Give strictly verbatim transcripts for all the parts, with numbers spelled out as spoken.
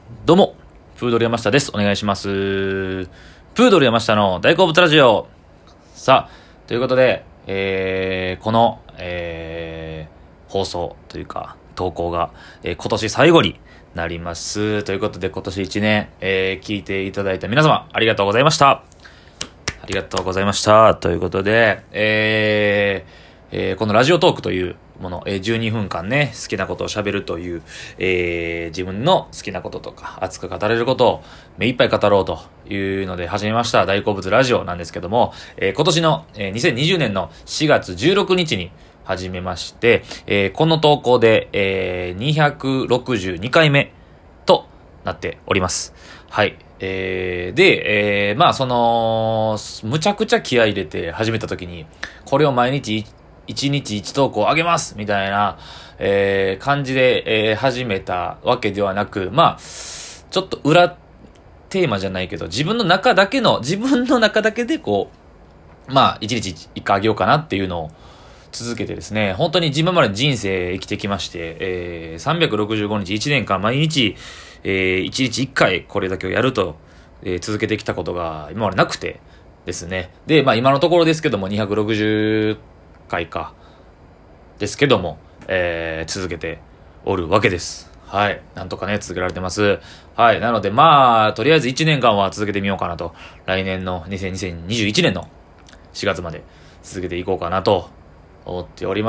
どうも、プードル山下です。お願いします。プードル山下の大好物ラジオ。さあ、ということで、えー、この、えー、放送というか、投稿が、えー今年最後になります。ということで、今年いちねん、えー、聞いていただいた皆様、ありがとうございました。ありがとうございました。ということで、えー、えーこのラジオトークというもの、えーじゅうにふんかんね、好きなことを喋るという、えー自分の好きなこととか、熱く語れることを目いっぱい語ろうというので始めました大好物ラジオなんですけども、えー今年の、えーにせんにじゅうねんのしがつじゅうろくにちに始めまして、えーこの投稿で、えーにひゃくろくじゅうにかいめとなっております。はい。えー、で、えー、まあその、むちゃくちゃ気合い入れて始めた時に、これを毎日いちにちいち投稿あげますみたいな、えー、感じで、えー、始めたわけではなく、まあ、ちょっと裏テーマじゃないけど、自分の中だけの、自分の中だけでこう、まあ、いちにちいっかいあげようかなっていうのを続けてですね、本当に今まで人生生きてきまして、えー、さんびゃくろくじゅうごにちいちねんかん毎日、えー、いちにちいっかいこれだけをやると、えー、続けてきたことが今までなくてですね。で、まあ今のところですけどもにひゃくろくじゅっかいか、ですけども、えー、続けておるわけです。はい。なんとかね、続けられてます。はい。なので、まあ、とりあえずいちねんかんは続けてみようかなと。来年のにせんにじゅういちねんのしがつまで続けていこうかなと思っております。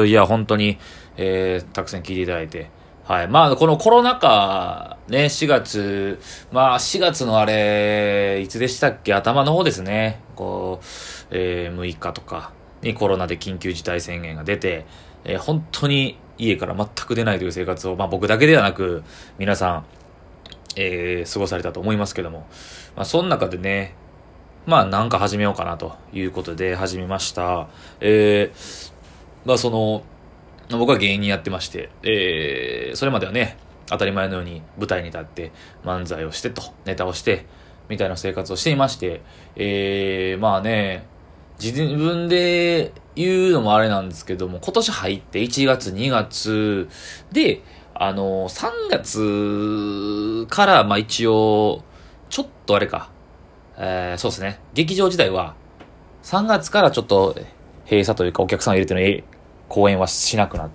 いや、本当に、えー、たくさん聞いていただいて。はい。まあ、このコロナ禍、ね、しがつ、まあ、しがつのあれ、いつでしたっけ？頭の方ですね。こう、えー、むいかとかにコロナで緊急事態宣言が出て、えー、本当に家から全く出ないという生活を、まあ僕だけではなく、皆さん、えー、過ごされたと思いますけども、まあ、その中でね、まあなんか始めようかなということで始めました。えー、まあその、僕は芸人やってまして、えー、それまではね、当たり前のように舞台に立って漫才をしてと、ネタをして、みたいな生活をしていまして、えー、まあね、自分で言うのもあれなんですけども、今年入っていちがつ、にがつで、あの、さんがつから、まあ一応、ちょっとあれか、えー、そうですね。劇場自体は、さんがつからちょっと閉鎖というかお客さんを入れてのえ公演はしなくなって、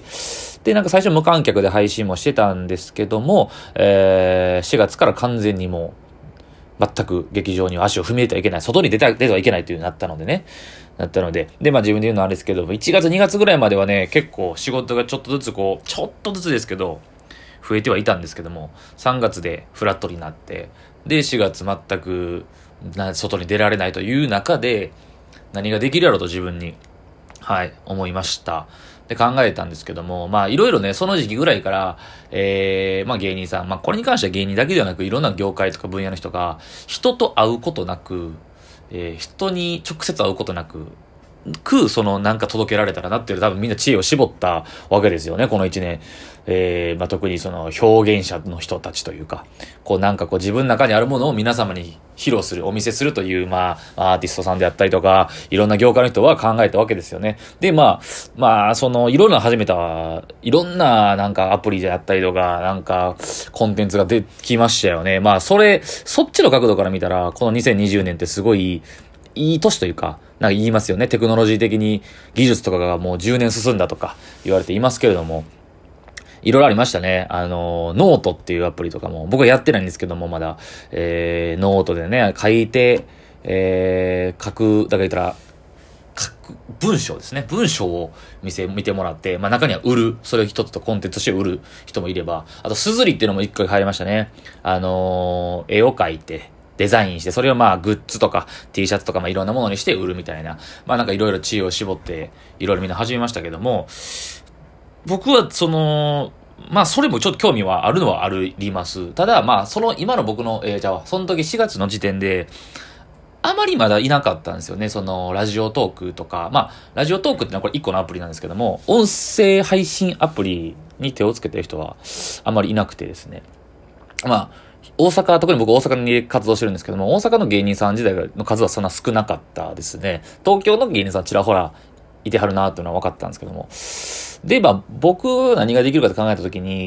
で、なんか最初無観客で配信もしてたんですけども、えー、しがつから完全にもう、全く劇場には足を踏み入れてはいけない。外に出た、出てはいけないというなったのでね。なったので。で、まあ自分で言うのはあれですけど、いちがつにがつぐらいまではね、結構仕事がちょっとずつこう、ちょっとずつですけど、増えてはいたんですけども、さんがつでフラットになって、で、しがつ全くな外に出られないという中で、何ができるやろと自分に、はい、思いました。で、考えたんですけども、まあ、いろいろね、その時期ぐらいから、えー、まあ芸人さん、まあこれに関しては芸人だけではなく、いろんな業界とか分野の人が、人と会うことなく、えー、人に直接会うことなく、く、そのなんか届けられたらなっていう多分みんな知恵を絞ったわけですよね、この一年。えー、まあ、特にその表現者の人たちというか、こうなんかこう自分の中にあるものを皆様に披露する、お見せするという、まあ、アーティストさんであったりとか、いろんな業界の人は考えたわけですよね。で、まあ、まあ、その、いろんな始めた、いろんななんかアプリであったりとか、なんかコンテンツが出てきましたよね。まあ、それ、そっちの角度から見たら、このにせんにじゅうねんってすごい、いい年というか、なんか言いますよね。テクノロジー的に技術とかがもうじゅうねん進んだとか言われていますけれども、いろいろありましたね。あの、ノートっていうアプリとかも、僕はやってないんですけども、まだ、えー、ノートでね、書いて、えー、書く、だから言ったら、書く、文章ですね。文章を見せ、見てもらって、まあ中には売る、それを一つとコンテンツとして売る人もいれば、あと、すずりっていうのも一回入りましたね。あのー、絵を描いて、デザインして、それをまあグッズとか T シャツとかまあいろんなものにして売るみたいな。まあなんかいろいろ知恵を絞って、いろいろみんな始めましたけども、僕はその、まあそれもちょっと興味はあるのはあります。ただまあその今の僕の、えー、じゃあその時しがつの時点で、あまりまだいなかったんですよね。そのラジオトークとか、まあラジオトークってのはこれ一個のアプリなんですけども、音声配信アプリに手をつけてる人はあまりいなくてですね。まあ、大阪、特に僕大阪に活動してるんですけども、大阪の芸人さん自体の数はそんな少なかったですね。東京の芸人さんちらほらいてはるなっていうのは分かったんですけども。で、まあ、僕何ができるかって考えたときに、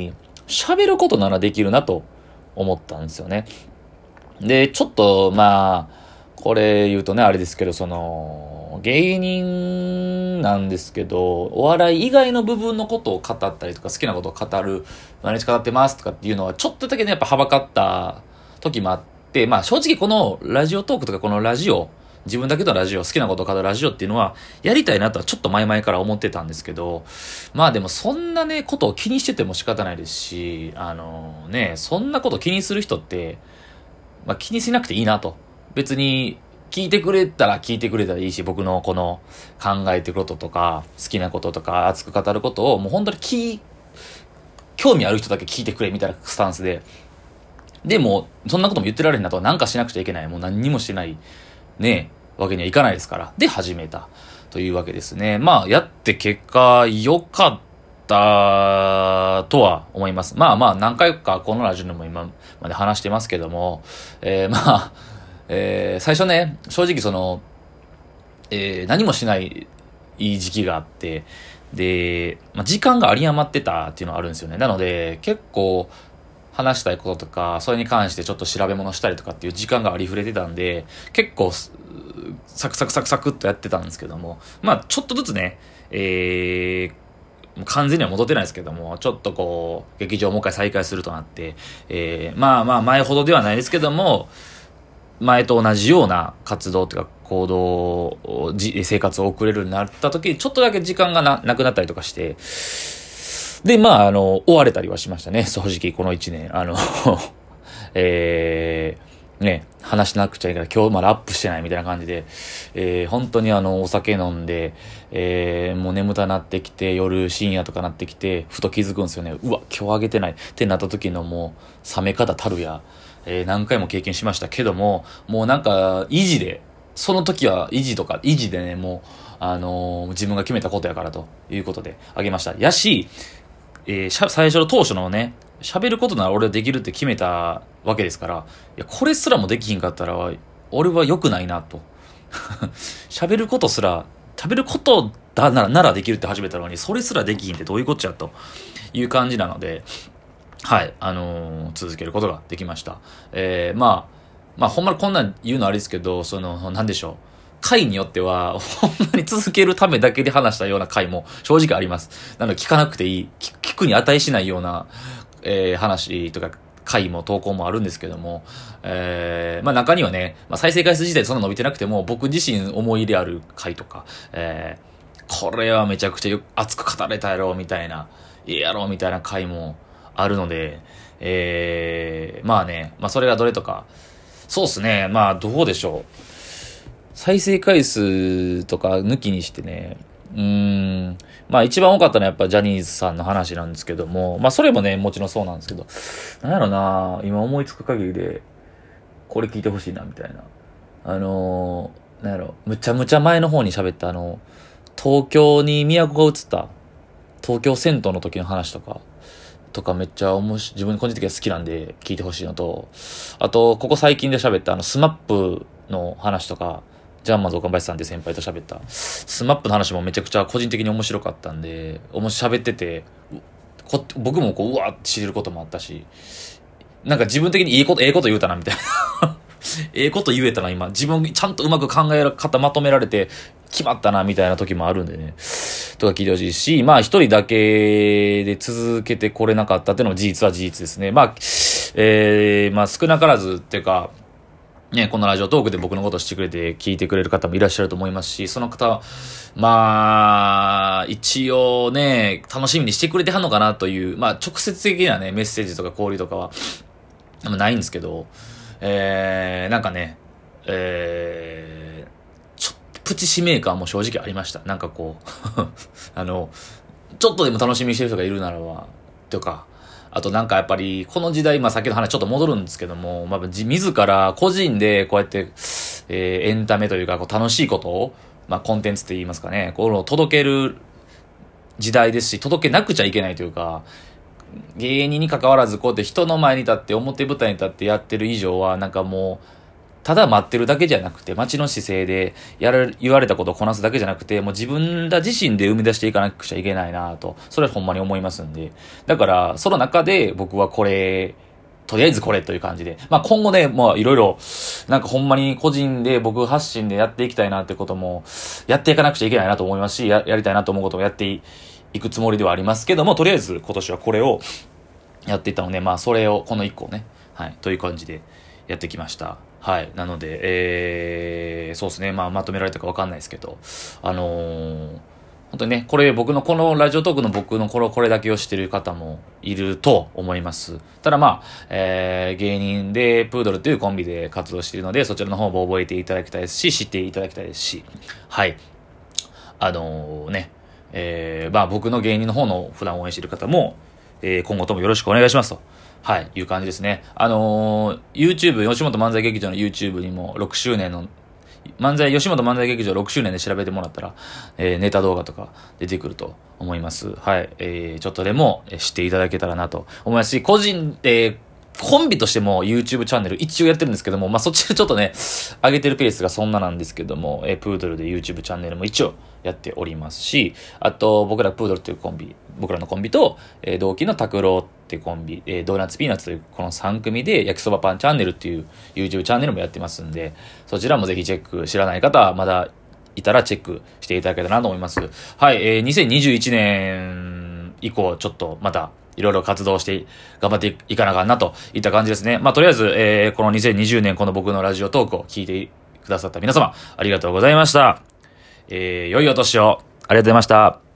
喋ることならできるなと思ったんですよね。で、ちょっと、まあ、これ言うとね、あれですけど、その、芸人なんですけど、お笑い以外の部分のことを語ったりとか、好きなことを語る、毎日語ってますとかっていうのは、ちょっとだけね、やっぱはばかった時もあって、まあ正直このラジオトークとかこのラジオ、自分だけのラジオ、好きなことを語るラジオっていうのは、やりたいなとはちょっと前々から思ってたんですけど、まあでもそんなね、ことを気にしてても仕方ないですし、あのね、そんなこと気にする人って、まあ気にしなくていいなと。別に、聞いてくれたら聞いてくれたらいいし、僕のこの考えてることとか、好きなこととか、熱く語ることを、もう本当に聞、興味ある人だけ聞いてくれみたいなスタンスで、でも、そんなことも言ってられへんなと、なんかしなくちゃいけない。もう何にもしてない。ねえ、わけにはいかないですから。で、始めた。というわけですね。まあ、やって結果、良かったとは思います。まあまあ、何回かこのラジオでも今まで話してますけども、えー、まあ、えー、最初ね、正直その、えー、何もしないいい時期があって、で、まあ、時間が有り余ってたっていうのはあるんですよね。なので、結構、話したいこととか、それに関してちょっと調べ物したりとかっていう時間がありふれてたんで、結構、サクサクサクサクっとやってたんですけども、まあちょっとずつね、えー、もう完全には戻ってないですけども、ちょっとこう、劇場をもう一回再開するとなって、えー、まあまあ前ほどではないですけども、前と同じような活動というか行動を、生活を送れるようになった時、ちょっとだけ時間が な, なくなったりとかして、で、まあ、あの、追われたりはしましたね。正直、この一年。あの、えー、ね、話しなくちゃいけない。今日まだアップしてないみたいな感じで、えー、本当にあの、お酒飲んで、えー、もう眠たなってきて、夜深夜とかなってきて、ふと気づくんですよね。うわ、今日あげてないってなった時のもう、冷め方たるや、えー、何回も経験しましたけども、もうなんか、維持で、その時は維持とか、維持でね、もう、あのー、自分が決めたことやからということであげました。やし、えー、最初の当初のね、喋ることなら俺はできるって決めたわけですから、いや、これすらもできひんかったら、俺は良くないなと。喋ることすら、喋ることだなら、ならできるって始めたのに、それすらできひんってどういうこっちゃという感じなので、はい、あのー、続けることができました。えー、まあ、まあ、ほんまにこんなん言うのあれですけど、その、なんでしょう。回によっては、ほんまに続けるためだけで話したような回も正直あります。なので聞かなくていい、聞聞くに値しないような、えー、話とか回も投稿もあるんですけども、えー、まあ中にはね、まあ再生回数自体そんな伸びてなくても、僕自身思い入れある回とか、えー、これはめちゃくちゃ熱く語れたやろ、みたいな、いいやろ、みたいな回もあるので、えー、まあね、まあそれがどれとか、そうっすね、まあどうでしょう。再生回数とか抜きにしてね、うーん、まあ一番多かったのはやっぱジャニーズさんの話なんですけども、まあそれもね、もちろんそうなんですけど、なんやろな、今思いつく限りで、これ聞いてほしいな、みたいな。あのー、なんやろ、むちゃむちゃ前の方に喋ったあの、東京に都が移った、東京銭湯の時の話とか、とかめっちゃ面白い、自分個人的には好きなんで聞いてほしいのと、あと、ここ最近で喋ったあの、スマップの話とか、ジャンマンズ岡林さんって先輩と喋った、スマップの話もめちゃくちゃ個人的に面白かったんで、おもし喋ってて、こ僕もこう、うわーって知れることもあったし、なんか自分的にいいこと、ええこと言うたな、みたいな。ええこと言えたな、今。自分ちゃんとうまく考え方まとめられて、決まったな、みたいな時もあるんでね。とか聞いてほしいし、まあ一人だけで続けてこれなかったっていうのも事実は事実ですね。まあ、えー、まあ少なからずっていうか、ね、このラジオトークで僕のことをしてくれて聞いてくれる方もいらっしゃると思いますし、その方、まあ、一応ね、楽しみにしてくれてはんのかなという、まあ直接的なね、メッセージとか交流とかは、ないんですけど、えー、なんかね、えー、ちょっとプチ使命感も正直ありました。なんかこう、あの、ちょっとでも楽しみにしてる人がいるならば、とか、あとなんかやっぱり、この時代、まあさっきの話ちょっと戻るんですけども、まあ自ら個人でこうやって、えー、エンタメというかこう楽しいことを、まあコンテンツって言いますかね、この届ける時代ですし、届けなくちゃいけないというか、芸人に関わらずこうやって人の前に立って表舞台に立ってやってる以上は、なんかもう、 ただ待ってるだけじゃなくて、待ちの姿勢でやる、言われたことをこなすだけじゃなくて、もう自分ら自身で生み出していかなくちゃいけないなと、それはほんまに思いますんで。だから、その中で僕はこれ、とりあえずこれという感じで。まあ今後ね、まあいろいろ、なんかほんまに個人で僕発信でやっていきたいなってことも、やっていかなくちゃいけないなと思いますし、や、やりたいなと思うこともやっていくつもりではありますけども、とりあえず今年はこれをやっていったので、まあそれを、この一個をね、はい、という感じでやってきました。はい。なので、えー、そうですね。まあ、まとめられたかわかんないですけど、あのー、本当にね、これ僕のこのラジオトークの僕のこれこれだけをしてる方もいると思います。ただまあ、えー、芸人でプードルというコンビで活動しているので、そちらの方も覚えていただきたいですし、知っていただきたいですし、はい。あのー、ね、えー、まあ僕の芸人の方の普段応援している方も、えー、今後ともよろしくお願いしますと。はい、いう感じですね。あのー、YouTube、吉本漫才劇場の YouTube にもろくしゅうねんの、漫才、吉本漫才劇場ろくしゅうねんで調べてもらったら、えー、ネタ動画とか出てくると思います。はい、えー、ちょっとでも知っていただけたらなと思いますし、個人で、コンビとしても YouTube チャンネル一応やってるんですけども、まあ、そっちでちょっとね、上げてるペースがそんななんですけども、えー、プードルで YouTube チャンネルも一応やっておりますし、あと、僕らプードルというコンビ、僕らのコンビと、えー、同期の拓郎っていうコンビ、えー、ドーナツピーナッツというこのさん組で焼きそばパンチャンネルっていう YouTube チャンネルもやってますんで、そちらもぜひチェック、知らない方はまだいたらチェックしていただけたらなと思います。はい、えー、にせんにじゅういちねん以降、ちょっとまた、いろいろ活動して頑張っていかなあかんなといった感じですね。まあ、とりあえず、えー、このにせんにじゅうねんこの僕のラジオトークを聞いてくださった皆様、ありがとうございました。えー、良いお年を、ありがとうございました。